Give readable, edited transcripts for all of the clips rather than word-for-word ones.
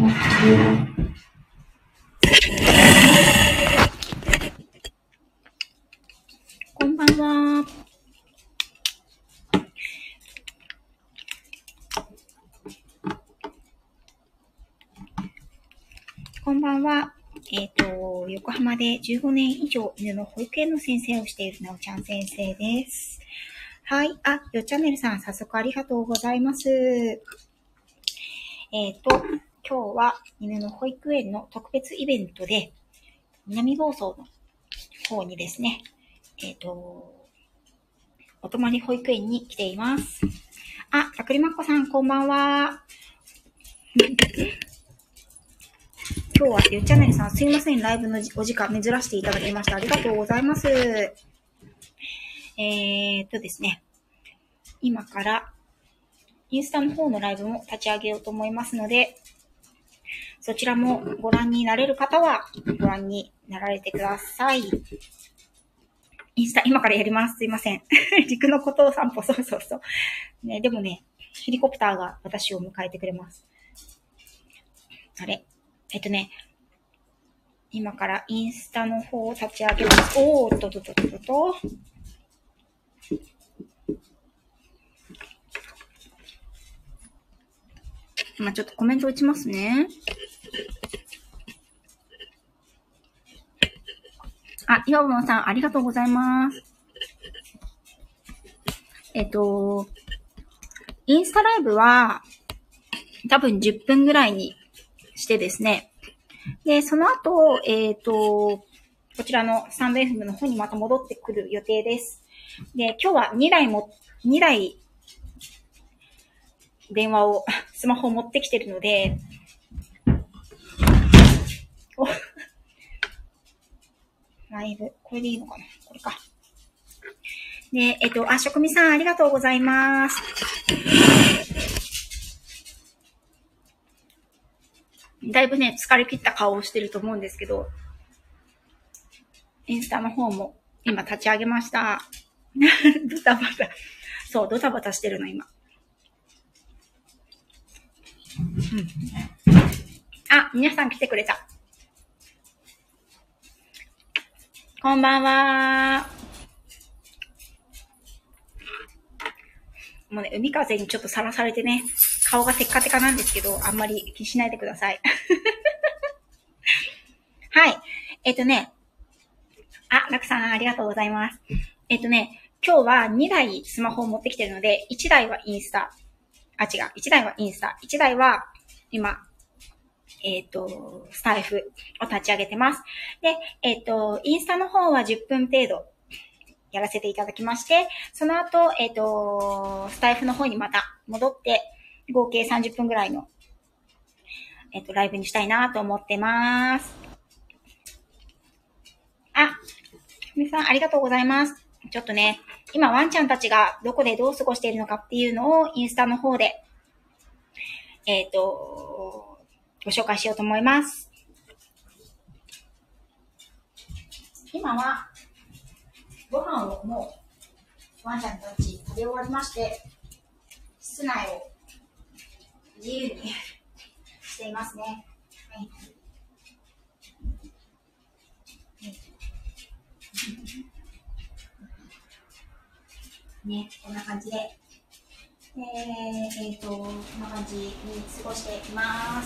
こんばんは。こんばんは。横浜で15年以上犬の保育園の先生をしているなおちゃん先生です。はい。よっチャンネルさん、早速ありがとうございます。今日は犬の保育園の特別イベントで、南房総の方にですね、お泊まり保育園に来ています。たくりまっこさん、こんばんは。今日はよっチャンネルさん、すいません、ライブのお時間ずらしていただきました。ありがとうございます。ですね、今からインスタの方のライブも立ち上げようと思いますので、そちらもご覧になれる方はご覧になられてください。インスタ今からやります。すいません。陸のことを散歩、そう。ね、でもね、ヘリコプターが私を迎えてくれます。今からインスタの方を立ち上げます。今ちょっとコメント打ちますね。岩本さん、ありがとうございます。インスタライブは多分10分ぐらいにしてですね。で、その後、こちらのスタンド FM の方にまた戻ってくる予定です。で、今日は2台電話を、スマホを持ってきてるので、ライブ、これでいいのかな？これか。で、職味さんありがとうございます。だいぶね、疲れ切った顔をしてると思うんですけど、インスタの方も今立ち上げました。ドタバタ。そう、ドタバタしてるの今。皆さん来てくれた。こんばんは。もうね、海風にちょっとさらされてね、顔がテッカテカなんですけど、あんまり気にしないでください。はい。ラクさんありがとうございます。今日は2台スマホを持ってきてるので、1台はインスタ。1台はインスタ。1台は今、スタイフを立ち上げてます。で、インスタの方は10分程度やらせていただきまして、その後、スタイフの方にまた戻って、合計30分ぐらいの、ライブにしたいなと思ってます。みさん、ありがとうございます。ちょっとね、今ワンちゃんたちがどこでどう過ごしているのかっていうのをインスタの方で、ご紹介しようと思います。今は、ご飯をもう、ワンちゃんたち食べ終わりまして、室内を自由にしていますね。はい。ね、こんな感じで、こんな感じに過ごしています。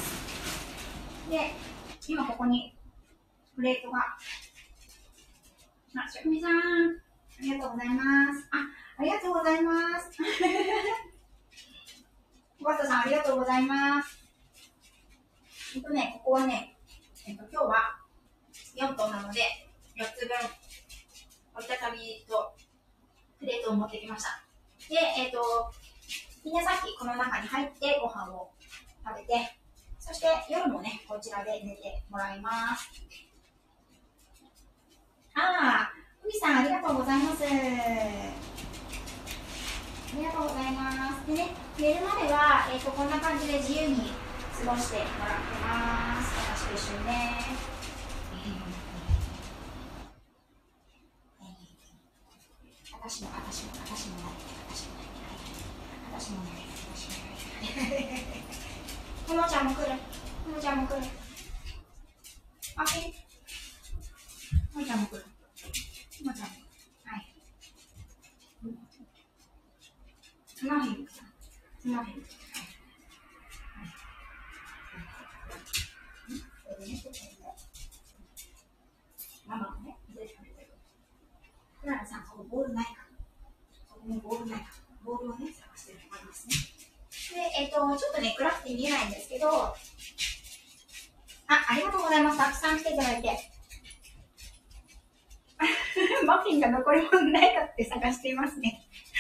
で、今ここにプレートが、職味さん、ありがとうございます。ありがとうございます。小畑さん、ありがとうございます。ここはね、今日は4トンなので、4つ分、折りたたみとプレートを持ってきました。で、みんなさっきこの中に入ってご飯を食べて、そして夜もね、こちらで寝てもらいます。ふみさんありがとうございます。ありがとうございます。でね、寝るまでは、こんな感じで自由に過ごしてもらってます。私と一緒にね。私もこのちゃんも来る。 もちゃんも来る。あ、もちゃんも来る。もちゃん。はい。つまへん。つまへん。はい。ママもね、クララさん、このボールないか。ここにボールないか。ボールをね、探してると思いますね。で、ちょっとね、暗くて見えないんですけど、ありがとうございます。たくさん来ていただいて。マフィンが残り物ないかって探していますね。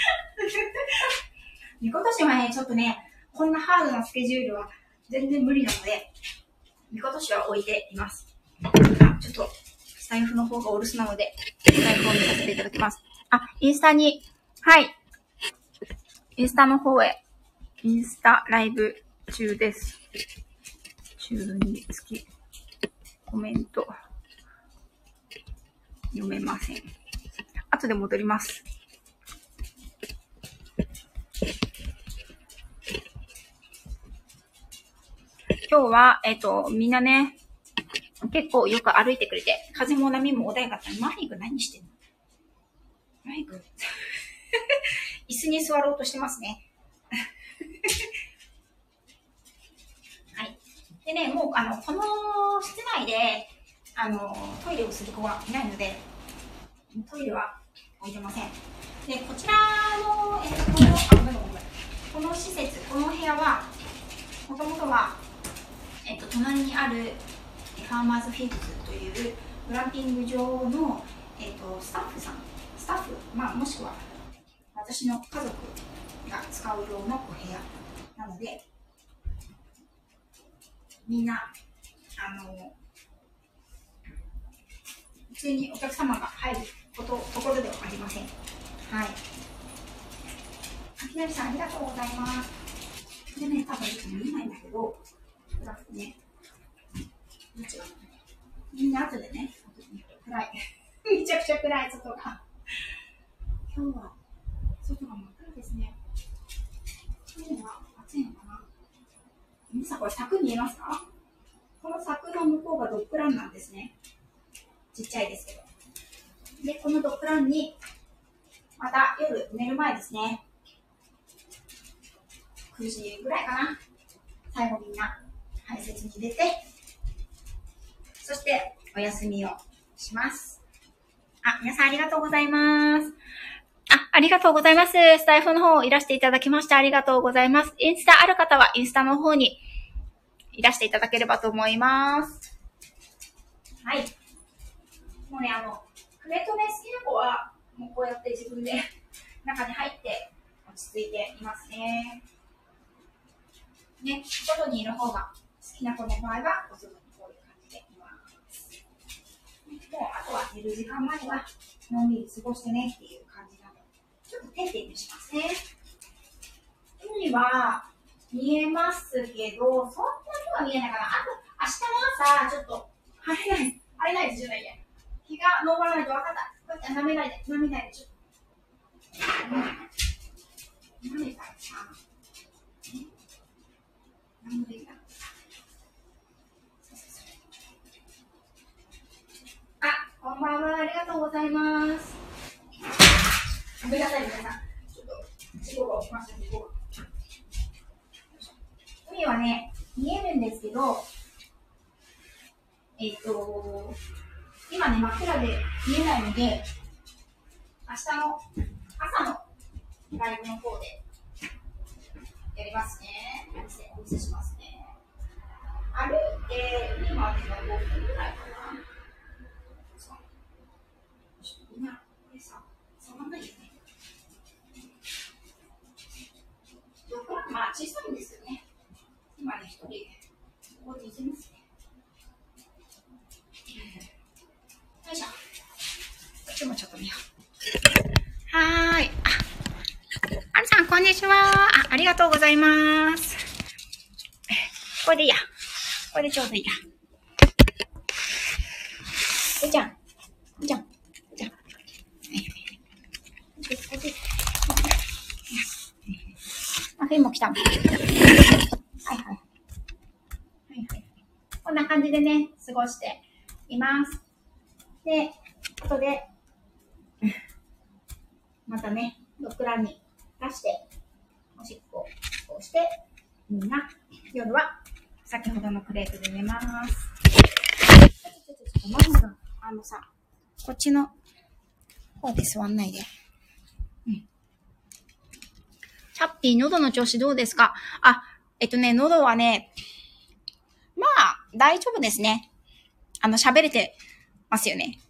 今年はね、ちょっとね、こんなハードなスケジュールは全然無理なので、今年は置いています。ちょっと、スタイフの方がお留守なので、スタイフを見させていただきます。インスタに、はい。インスタの方へ、インスタライブ中です。中につき、コメント、読めません。後で戻ります。今日は、みんなね、結構よく歩いてくれて、風も波も穏やかった。マイク何してんの？マイク椅子に座ろうとしてますね。はい。でね、もう、この室内で、トイレをする子はいないので、トイレは置いてません。で、こちらの、この施設、この部屋は、もともとは、隣にあるファーマーズフィールズというグランピング場の、スタッフ、もしくは私の家族が使うようなお部屋なので、みんな、普通にお客様が入るところではありません。はい。あきなりさん、ありがとうございます。でね、多分見えないんだけど、ね、みんな後でね、暗い。めちゃくちゃ暗い、外が。今日は、外が真っ暗ですね。今日は暑いのかな。皆さん、これ柵見えますか？この柵の向こうがドッグランなんですね。ちっちゃいですけど。で、このドッグランに、また夜寝る前ですね。9時ぐらいかな。最後みんな排泄に出て、そしてお休みをします。皆さんありがとうございます。ありがとうございます。スタイフの方いらしていただきましてありがとうございます。インスタある方はインスタの方にいらしていただければと思います。はい。もうね、クレートね、好きな子は、もうこうやって自分で中に入って落ち着いていますね。ね、外にいる方が好きな子の場合は、お外にこういう感じでいます。もう、あとは寝る時間までは、のんびり過ごしてねっていう感じなので、ちょっと手でしますね。海は見えますけど、そんなには見えないかな。あと、明日の朝、ちょっと晴れないでじゃないや。日が昇らないと分かった。舐めないで、ちょっと。舐めたらさ、何もできない。こんばんは、ありがとうございます。ごめんなさい、皆さん。ちょっと、事故が起きました、事故が。海はね、見えるんですけど、今ね、真っ暗で見えないので、明日の朝のライブの方でやりますね。お見せしますね。歩いて、海までの5分ぐらいかな。みんな、これさ、触らないよね。まあ、小さいんですよね。今ね、一人、ここでいじますね。よいしょ。こっちもちょっと見よう。はーい。あるさん、こんにちは。ありがとうございます。これでいいや。これでちょうどいいや。じゃん。フィンも来た。はい。 んな感じでね、過ごしています。で、後で、またね、ドッグランに出して、おしっこをして、みんな、夜は先ほどのクレープで寝ます。ママが、こっちの方で座んないで。チャッピー、喉の調子どうですか？喉はね、まあ、大丈夫ですね。喋れてますよね。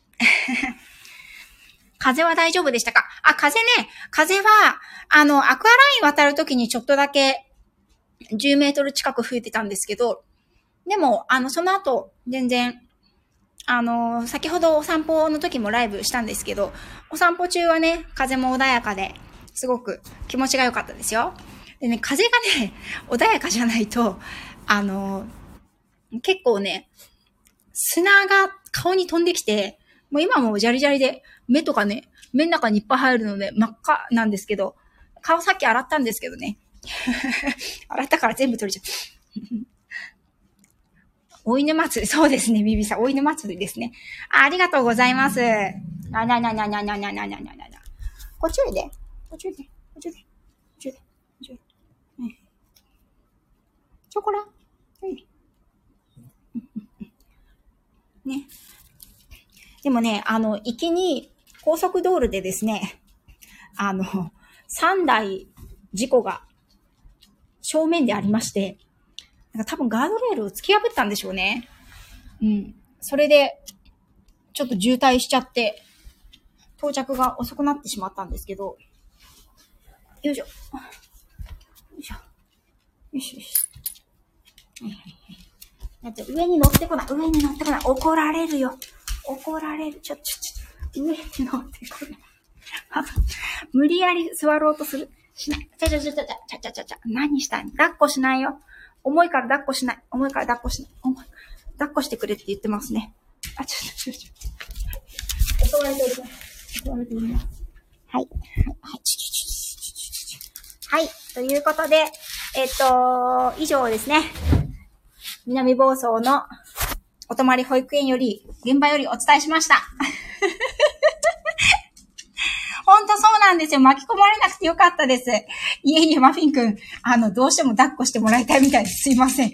風は大丈夫でしたか？風は、アクアライン渡るときにちょっとだけ10メートル近く吹いてたんですけど、でも、その後、全然、先ほどお散歩の時もライブしたんですけど、お散歩中はね、風も穏やかで、すごく気持ちが良かったですよ。でね、風がね、穏やかじゃないと、結構ね、砂が顔に飛んできて、もう今もジャリジャリで、目とかね、目の中にいっぱい入るので真っ赤なんですけど、顔さっき洗ったんですけどね。洗ったから全部取れちゃう。お犬祭り、そうですね、ビビさん、お犬祭りですね。ありがとうございます。こっちおいで。こっちおいで。こっちおいで。こっちおいで。こっちおいで。チョコラね。でもね、行きに高速道路でですね、3台事故が正面でありまして、なんか多分ガードレールを突き破ったんでしょうね。うん。それで、ちょっと渋滞しちゃって、到着が遅くなってしまったんですけど、よいしょ。よいしょ。よいしょよいしょ。だって上に乗ってこない。怒られるよ。怒られる。ちょ、上に乗ってこない。無理やり座ろうとする。しない。何したん？抱っこしないよ。重いから抱っこしない。抱っこしてくれって言ってますね。襲われております。はい。はい。ということで、以上ですね。南房総のお泊まり保育園現場よりお伝えしました。ほんとそうなんですよ。巻き込まれなくてよかったです。いえ、マフィンくん、どうしても抱っこしてもらいたいみたいです。すいません。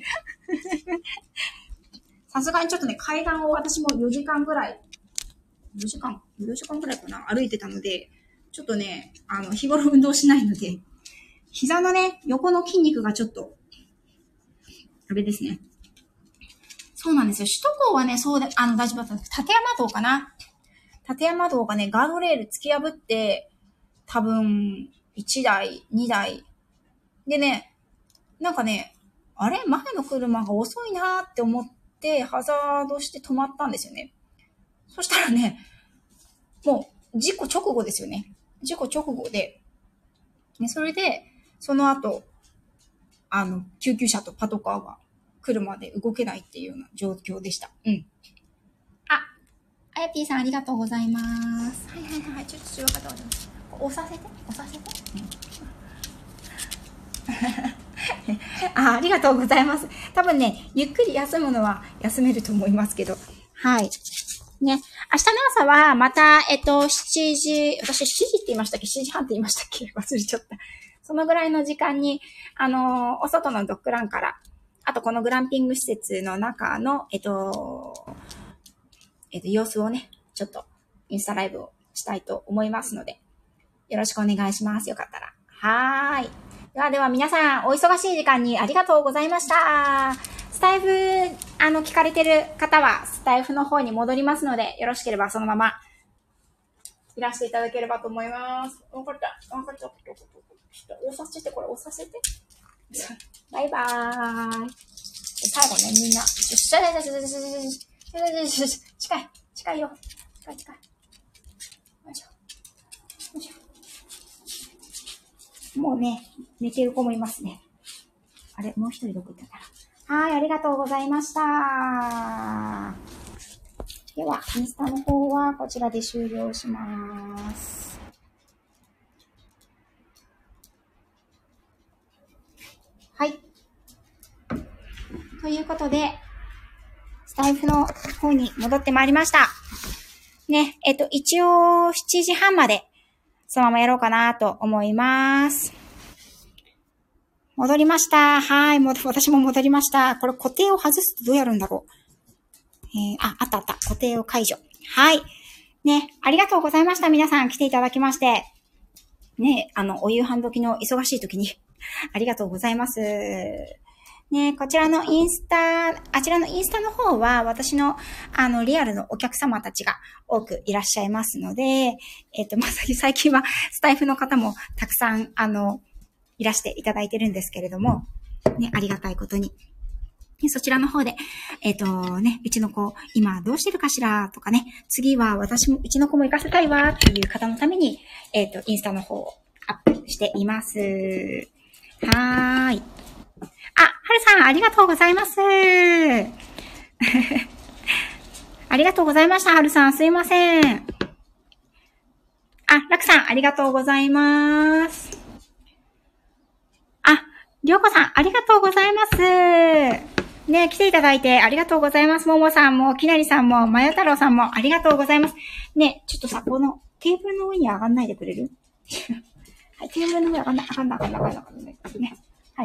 さすがにちょっとね、階段を私も4時間ぐらいかな、歩いてたので、ちょっとね、日頃運動しないので、膝のね、横の筋肉がちょっと、あれですね。そうなんですよ。首都高はね、そうで、大丈夫だったんです。立山道かな。立山道がね、ガードレール突き破って、多分、1台、2台。でね、なんかね、あれ前の車が遅いなーって思って、ハザードして止まったんですよね。そしたらね、もう、事故直後ですよね。事故直後で、ね、それで、その後、救急車とパトカーが来るまで動けないっていうような状況でした。うん。あやぴーさんありがとうございます。はい。ちょっと分かった。押させて。ありがとうございます。多分ね、ゆっくり休むのは休めると思いますけど。はい。ね。明日の朝は、また、7時、私7時って言いましたっけ ?7 時半って言いましたっけ忘れちゃった。そのぐらいの時間に、お外のドッグランから、あとこのグランピング施設の中の、様子をね、ちょっとインスタライブをしたいと思いますので、よろしくお願いします。よかったら。はーい。では皆さん、お忙しい時間にありがとうございました。スタイフ、聞かれてる方は、スタイフの方に戻りますので、よろしければそのまま、いらしていただければと思います。わかった。押させて。バイバーイ。最後ね、みんな。近いよ。近い。よいしょ。もうね、寝てる子もいますね。あれ、もう一人どこ行ったかな。はい、ありがとうございました。では、インスタの方はこちらで終了します。はい。ということで、 タイフの方に戻ってまいりました。ね、一応7時半までそのままやろうかなと思います。戻りました。はい、私も戻りました。これ固定を外すとどうやるんだろう。あった。固定を解除。はい。ね、ありがとうございました。皆さん来ていただきまして。ね、お夕飯時の忙しい時にありがとうございます。ね、こちらのインスタ、あちらのインスタの方は私のリアルのお客様たちが多くいらっしゃいますので、最近はスタイフの方もたくさんいらしていただいてるんですけれども、ね、ありがたいことに。そちらの方で、うちの子、今どうしてるかしらとかね、次は私も、うちの子も行かせたいわっていう方のために、インスタの方をアップしています。はーい。はるさん、ありがとうございます。ありがとうございました、はるさん。すいません。らくさん、ありがとうございます。りょうこさん、ありがとうございます。ね、来ていただいてありがとうございます。ももさんも、きなりさんも、まよ太郎さんもありがとうございます。ね、ちょっとさ、このテーブルの上に上がんないでくれるはい、テーブルの上上がんない。ね。はい。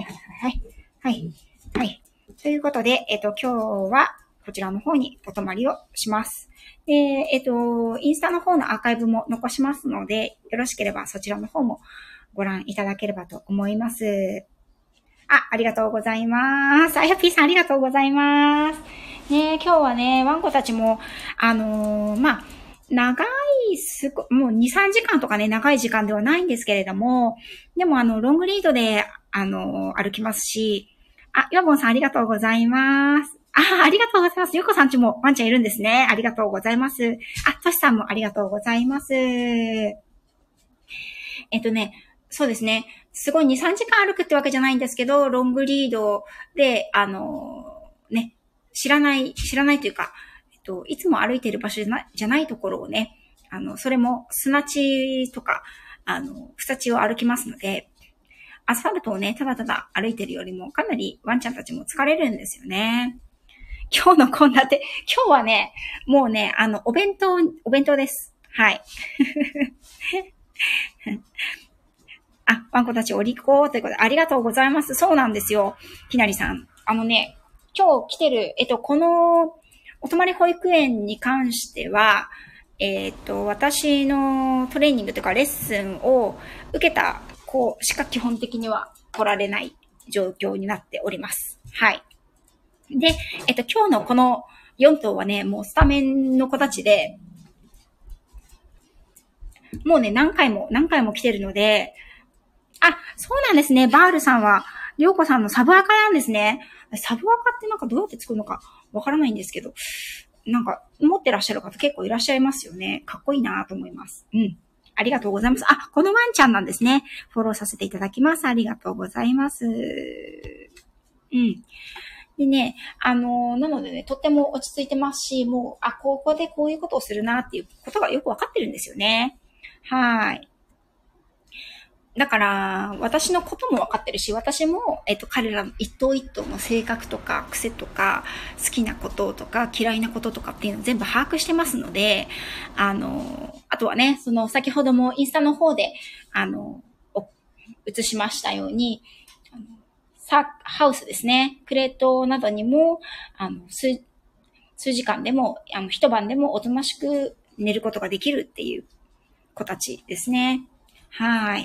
ということで、今日はこちらの方にお泊まりをします。で、インスタの方のアーカイブも残しますので、よろしければそちらの方もご覧いただければと思います。ありがとうございます。やっぴーさんありがとうございます。ね、今日はね、ワンコたちも、長い、もう2、3時間とかね、長い時間ではないんですけれども、でもロングリードで、歩きますし、ヨボンさんありがとうございます。ありがとうございます。ヨコさんちもワンちゃんいるんですね。ありがとうございます。トシさんもありがとうございます。そうですね。すごい2、3時間歩くってわけじゃないんですけど、ロングリードで、知らないというか、いつも歩いている場所じゃないところをね、それも砂地とか、草地を歩きますので、アスファルトをね、ただただ歩いてるよりも、かなりワンちゃんたちも疲れるんですよね。今日の献立、今日はね、もうね、お弁当です。はい。ワンコたちお利口ということで、ありがとうございます。そうなんですよ。きなりさん。今日来てる、この、お泊まり保育園に関しては、私のトレーニングというかレッスンを受けた子しか基本的には来られない状況になっております。はい。で、今日のこの4頭はね、もうスタメンの子たちで、もうね、何回も来てるので、そうなんですね。バールさんは、りょうこさんのサブアカなんですね。サブアカってなんかどうやって作るのかわからないんですけど、なんか持ってらっしゃる方結構いらっしゃいますよね。かっこいいなと思います。うん。ありがとうございます。このワンちゃんなんですね。フォローさせていただきます。ありがとうございます。うん。でね、なのでね、とっても落ち着いてますし、もう、ここでこういうことをするなっていうことがよくわかってるんですよね。はい。だから、私のことも分かってるし、私も、彼らの一頭一頭の性格とか、癖とか、好きなこととか、嫌いなこととかっていうのを全部把握してますので、あとはね、先ほどもインスタの方で、映しましたように、ハウスですね。クレートなどにも、数時間でも、一晩でもおとなしく寝ることができるっていう子たちですね。はい。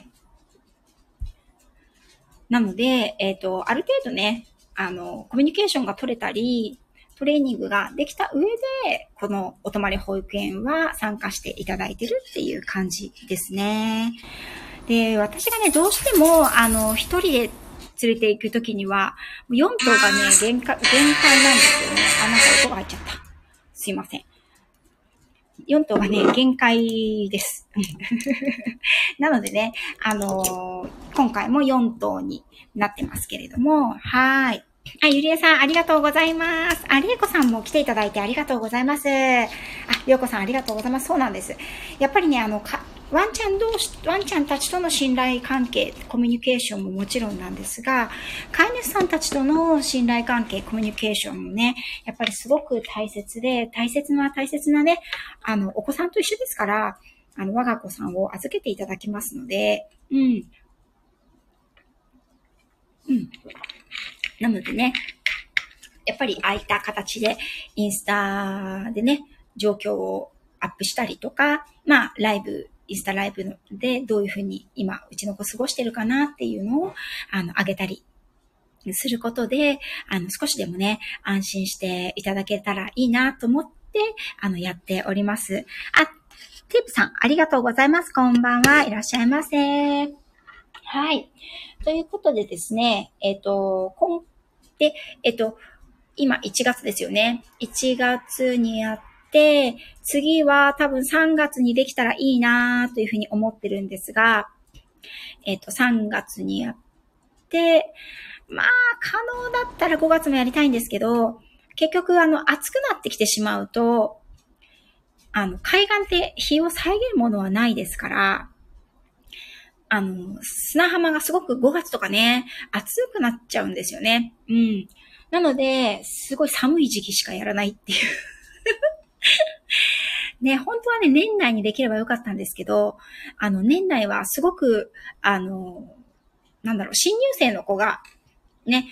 なので、ある程度ね、コミュニケーションが取れたり、トレーニングができた上で、このお泊まり保育園は参加していただいてるっていう感じですね。で、私がね、どうしても、一人で連れて行くときには、4頭がね、限界なんですよね。なんか音が入っちゃった。すいません。4頭がね、限界です。なのでね、今回も4頭になってますけれども、はい。ゆりえさん、ありがとうございます。りえこさんも来ていただいてありがとうございます。りょうこさん、ありがとうございます。そうなんです。やっぱりね、 ワンちゃんたちとの信頼関係、コミュニケーションももちろんなんですが、飼い主さんたちとの信頼関係、コミュニケーションもね、やっぱりすごく大切で、大切なね、お子さんと一緒ですから、我が子さんを預けていただきますので、なのでね、やっぱりああいった形で、インスタでね、状況をアップしたりとか、インスタライブでどういうふうに今、うちの子過ごしてるかなっていうのを、あげたりすることで、少しでもね、安心していただけたらいいなと思って、やっております。テープさん、ありがとうございます。こんばんは。いらっしゃいませ。はい。ということでですね、今1月ですよね。1月にやって、次は多分3月にできたらいいなというふうに思ってるんですが、3月にやって、可能だったら5月もやりたいんですけど、結局暑くなってきてしまうと、海岸って日を遮るものはないですから、砂浜がすごく5月とかね、暑くなっちゃうんですよね。なので、すごい寒い時期しかやらないっていう。ね、本当はね、年内にできればよかったんですけど、年内はすごく、新入生の子が、ね、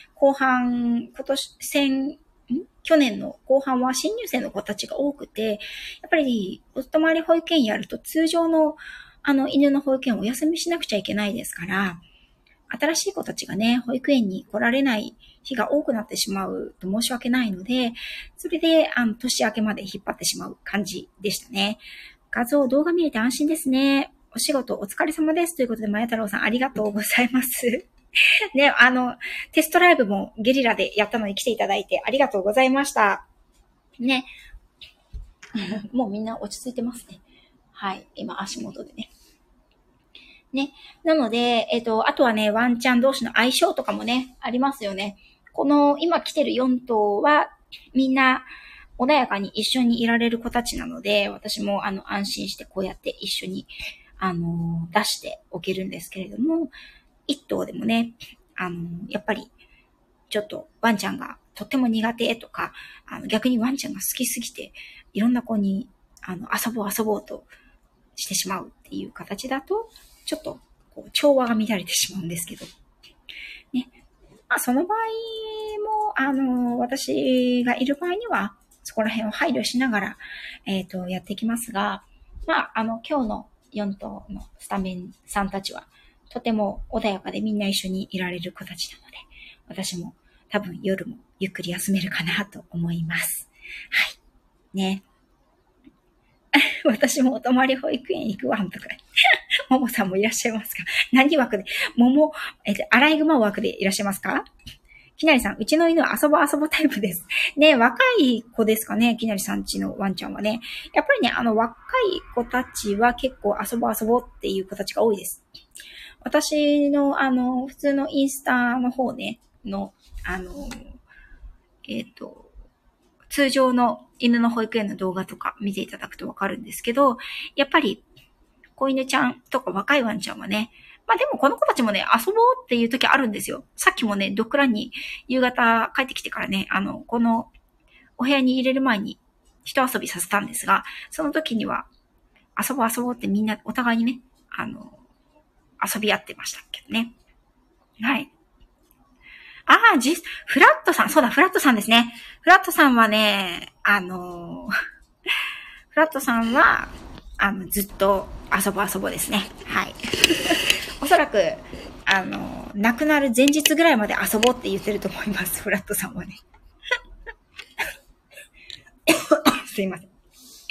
去年の後半は新入生の子たちが多くて、やっぱり、お泊まり保育園やると通常の、犬の保育園をお休みしなくちゃいけないですから、新しい子たちがね、保育園に来られない日が多くなってしまうと申し訳ないので、それで、年明けまで引っ張ってしまう感じでしたね。動画見れて安心ですね。お仕事お疲れ様です。ということで、まや太郎さんありがとうございます。ね、テストライブもゲリラでやったのに来ていただいてありがとうございました。ね。もうみんな落ち着いてますね。はい。今足元でね。ね。なので、あとはね、ワンちゃん同士の相性とかもね、ありますよね。この、今来てる4頭は、みんな、穏やかに一緒にいられる子たちなので、私も、安心してこうやって一緒に、出しておけるんですけれども、1頭でもね、やっぱり、ちょっと、ワンちゃんがとっても苦手とか、逆にワンちゃんが好きすぎて、いろんな子に、遊ぼうとしてしまうっていう形だと、ちょっと、調和が乱れてしまうんですけど。ね。その場合も、私がいる場合には、そこら辺を配慮しながら、やっていきますが、今日の4頭のスタメンさんたちは、とても穏やかでみんな一緒にいられる子たちなので、私も多分夜もゆっくり休めるかなと思います。はい。ね。私もお泊まり保育園行くわんとか。ももさんもいらっしゃいますか？何枠で？アライグマ枠でいらっしゃいますか？きなりさん、うちの犬は遊ぼタイプです。ね、若い子ですかね、きなりさんちのワンちゃんはね。やっぱりね、若い子たちは結構遊ぼっていう子たちが多いです。私の普通のインスタの方ね、通常の犬の保育園の動画とか見ていただくとわかるんですけど、やっぱり、子犬ちゃんとか若いワンちゃんはね、でもこの子たちもね、遊ぼうっていう時あるんですよ。さっきもね、ドッグランに夕方帰ってきてからね、このお部屋に入れる前に一遊びさせたんですが、その時には遊ぼうってみんなお互いにね、遊び合ってましたけどね。はい。フラットさん、そうだ、フラットさんですね。フラットさんはね、フラットさんは、ずっと遊ぼですね。はい。おそらく、亡くなる前日ぐらいまで遊ぼうって言ってると思います、フラットさんはね。すいません。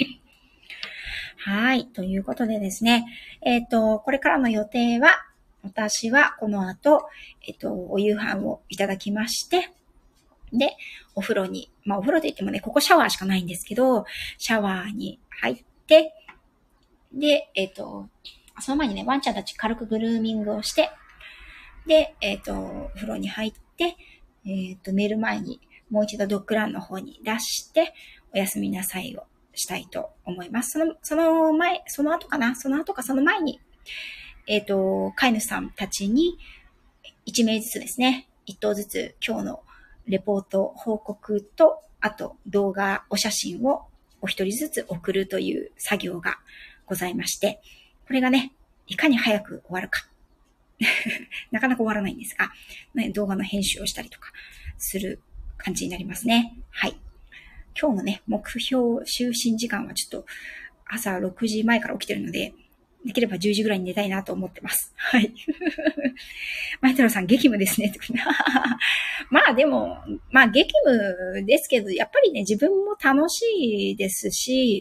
はい。ということでですね。これからの予定は、私はこの後、お夕飯をいただきまして、で、お風呂に、お風呂といってもね、ここシャワーしかないんですけど、シャワーに入って、で、その前にね、ワンちゃんたち軽くグルーミングをして、で、お風呂に入って、寝る前にもう一度ドッグランの方に出して、おやすみなさいをしたいと思います。その後かその前に、飼い主さんたちに1名ずつですね、1頭ずつ今日のレポート、報告と、あと動画、お写真をお一人ずつ送るという作業がございまして、これがね、いかに早く終わるか。なかなか終わらないんですが、動画の編集をしたりとかする感じになりますね。はい。今日のね、目標就寝時間はちょっと朝6時前から起きてるので、できれば10時ぐらいに寝たいなと思ってます。はい。マイトロさん、激務ですね。まあでも、激務ですけど、やっぱりね、自分も楽しいですし、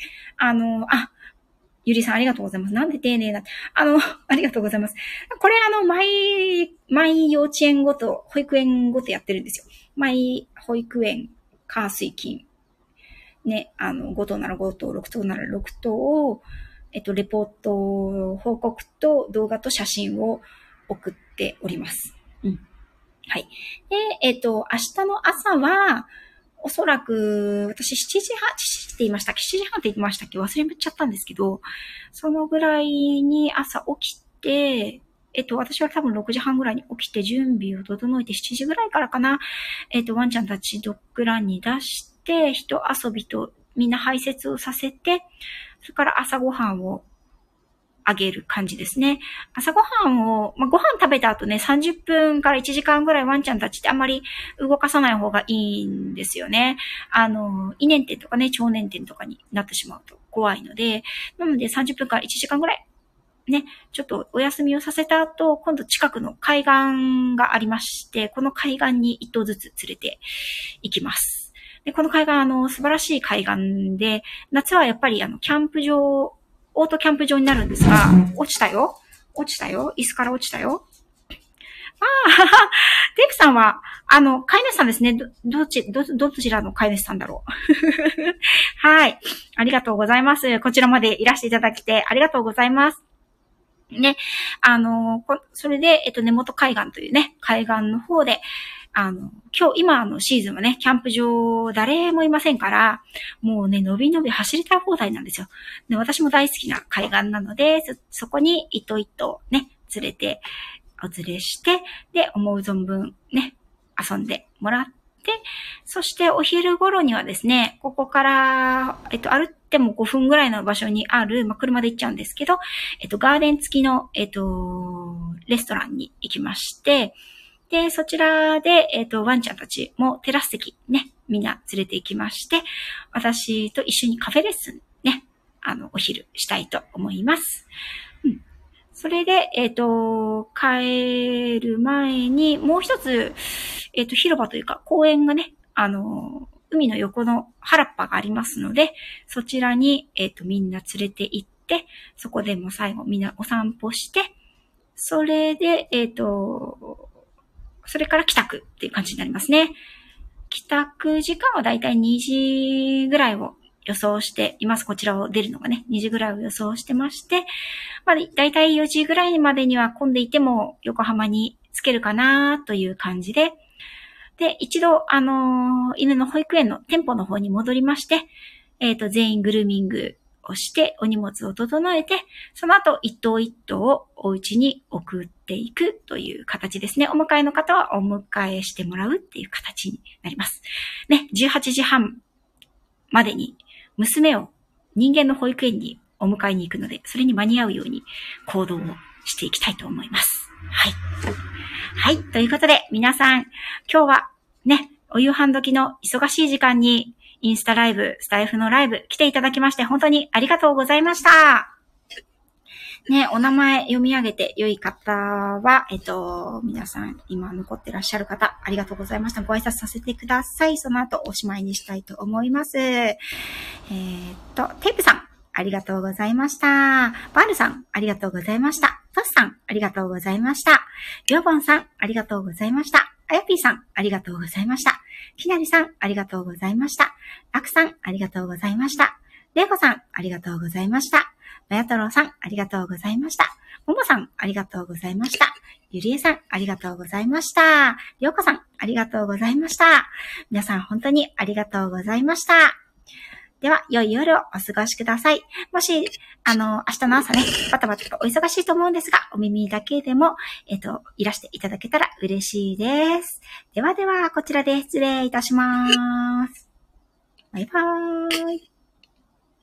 ゆりさんありがとうございます。なんで丁寧な、ありがとうございます。これ毎幼稚園ごと、保育園ごとやってるんですよ。毎保育園、火水金。ね、5頭なら5頭、6頭なら6頭を、レポート、報告と動画と写真を送っております。うん。はい。で、明日の朝は、おそらく、私7時って言いましたっけ ?7 時半って言いましたっけ忘れちゃったんですけど、そのぐらいに朝起きて、私は多分6時半ぐらいに起きて準備を整えて7時ぐらいからかな、ワンちゃんたちドッグランに出して、人遊びとみんな排泄をさせて、それから朝ごはんをあげる感じですね。朝ごはんを、ご飯食べた後ね、30分から1時間ぐらいワンちゃんたちってあんまり動かさない方がいいんですよね。胃粘点とかね、腸粘点とかになってしまうと怖いので、なので30分から1時間ぐらい、ね、ちょっとお休みをさせた後、今度近くの海岸がありまして、この海岸に1頭ずつ連れて行きます。で、この海岸、素晴らしい海岸で、夏はやっぱりキャンプ場、オートキャンプ場になるんですが、落ちたよ。椅子から落ちたよ。テープさんは、飼い主さんですね。どちらの飼い主さんだろう。はい。ありがとうございます。こちらまでいらしていただきてありがとうございます。ね。それで、根本海岸というね、海岸の方で、今のシーズンはね、キャンプ場誰もいませんから、もうね、のびのび走りたい放題なんですよ。で、私も大好きな海岸なので、そこに一頭一頭ね、連れて、お連れして、で、思う存分ね、遊んでもらって、そしてお昼頃にはですね、ここから、歩っても5分ぐらいの場所にある、車で行っちゃうんですけど、ガーデン付きの、レストランに行きまして、で、そちらで、ワンちゃんたちもテラス席ね、みんな連れて行きまして、私と一緒にカフェレッスンね、お昼したいと思います。うん。それで、帰る前に、もう一つ、広場というか公園がね、海の横の原っぱがありますので、そちらに、みんな連れて行って、そこでも最後みんなお散歩して、それで、それから帰宅っていう感じになりますね。帰宅時間はだいたい2時ぐらいを予想しています。こちらを出るのがね、2時ぐらいを予想してまして、だいたい4時ぐらいまでには混んでいても横浜に着けるかなという感じで、で、一度、犬の保育園の店舗の方に戻りまして、全員グルーミングをして、お荷物を整えて、その後、一頭一頭をお家に送っていくという形ですね。お迎えの方はお迎えしてもらうっていう形になります。ね、18時半までに娘を人間の保育園にお迎えに行くので、それに間に合うように行動をしていきたいと思います。はい。はい。ということで、皆さん、今日はね、お夕飯時の忙しい時間に、インスタライブ、スタイフのライブ来ていただきまして本当にありがとうございました。ね、お名前読み上げて良い方は、皆さん今残ってらっしゃる方、ありがとうございました。ご挨拶させてください。その後おしまいにしたいと思います。テープさん、ありがとうございました。バールさん、ありがとうございました。トスさん、ありがとうございました。りょうぼんさん、ありがとうございました。あやぴーさん、ありがとうございました。きなりさん、ありがとうございました。あくさん、ありがとうございました。れいこさん、ありがとうございました。まやとろうさん、ありがとうございました。ももさん、ありがとうございました。ゆりえさん、ありがとうございました。りょうこさん、ありがとうございました。皆さん、本当にありがとうございました。 では、良い夜をお過ごしください。もし、明日の朝ね、バタバタとお忙しいと思うんですが、お耳だけでも、いらしていただけたら嬉しいです。ではでは、こちらで失礼いたします。バイバーイ。